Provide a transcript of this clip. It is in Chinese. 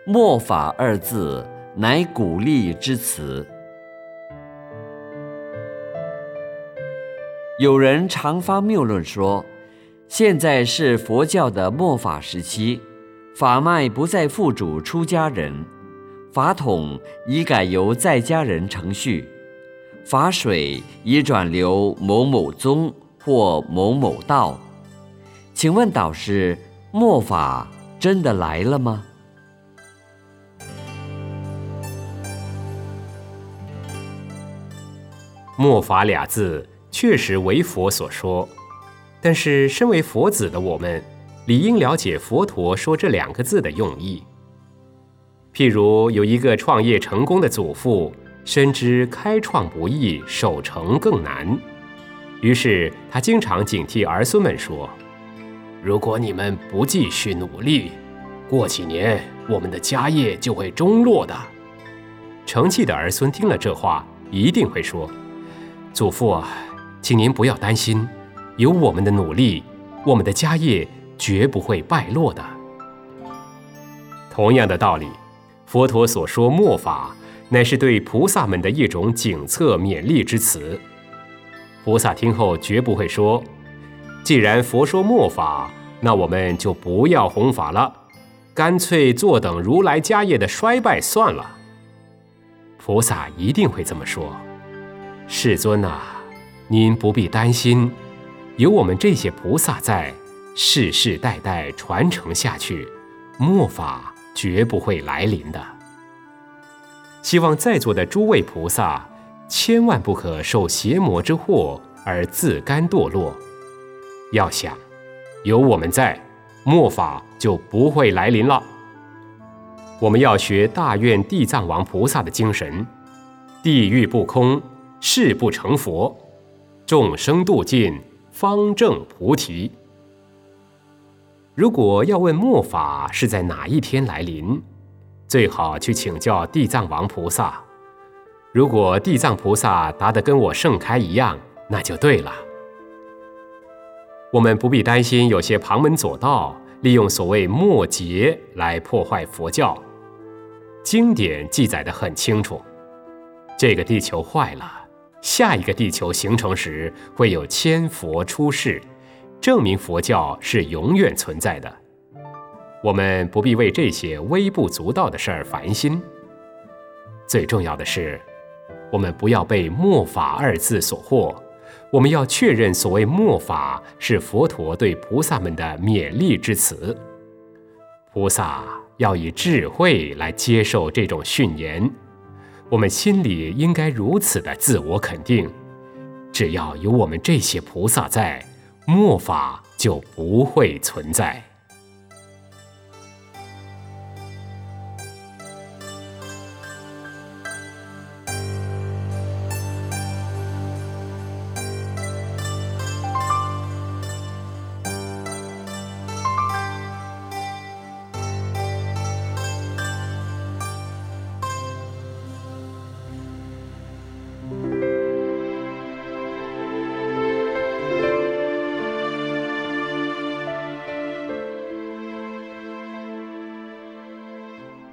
末法二字乃鼓励之词。有人常发谬论说，现在是佛教的末法时期，法脉不再附主出家人，法统已改由在家人承续，法水已转流某某宗或某某道。请问导师，末法真的来了吗？ 末法俩字确实为佛所说，但是身为佛子的我们，理应了解佛陀说这2个字的用意。譬如有一个创业成功的祖父，深知开创不易，守成更难，于是他经常警惕儿孙们说，如果你们不继续努力，过几年我们的家业就会中落的。成器的儿孙听了这话，一定会说，祖父啊，请您不要担心，有我们的努力，我们的家业绝不会败落的。同样的道理，佛陀所说末法，乃是对菩萨们的一种警策勉励之词。菩萨听后绝不会说，既然佛说末法，那我们就不要弘法了，干脆坐等如来家业的衰败算了。菩萨一定会这么说，世尊啊，您不必担心，有我们这些菩萨在，世世代代传承下去，末法绝不会来临的。希望在座的诸位菩萨，千万不可受邪魔之祸而自甘堕落。要想，有我们在，末法就不会来临了。我们要学大愿地藏王菩萨的精神，地狱不空，誓不成佛，众生度尽，方证菩提。如果要问末法是在哪一天来临，最好去请教地藏王菩萨。如果地藏菩萨答得跟我盛开一样，那就对了。我们不必担心有些旁门左道利用所谓末劫来破坏佛教。经典记载得很清楚，这个地球坏了，下一个地球形成时会有千佛出世，证明佛教是永远存在的。我们不必为这些微不足道的事儿烦心。最重要的是，我们不要被末法二字所惑，我们要确认所谓末法是佛陀对菩萨们的勉励之词。菩萨要以智慧来接受这种训言，我们心里应该如此的自我肯定，只要有我们这些菩萨在，末法就不会存在。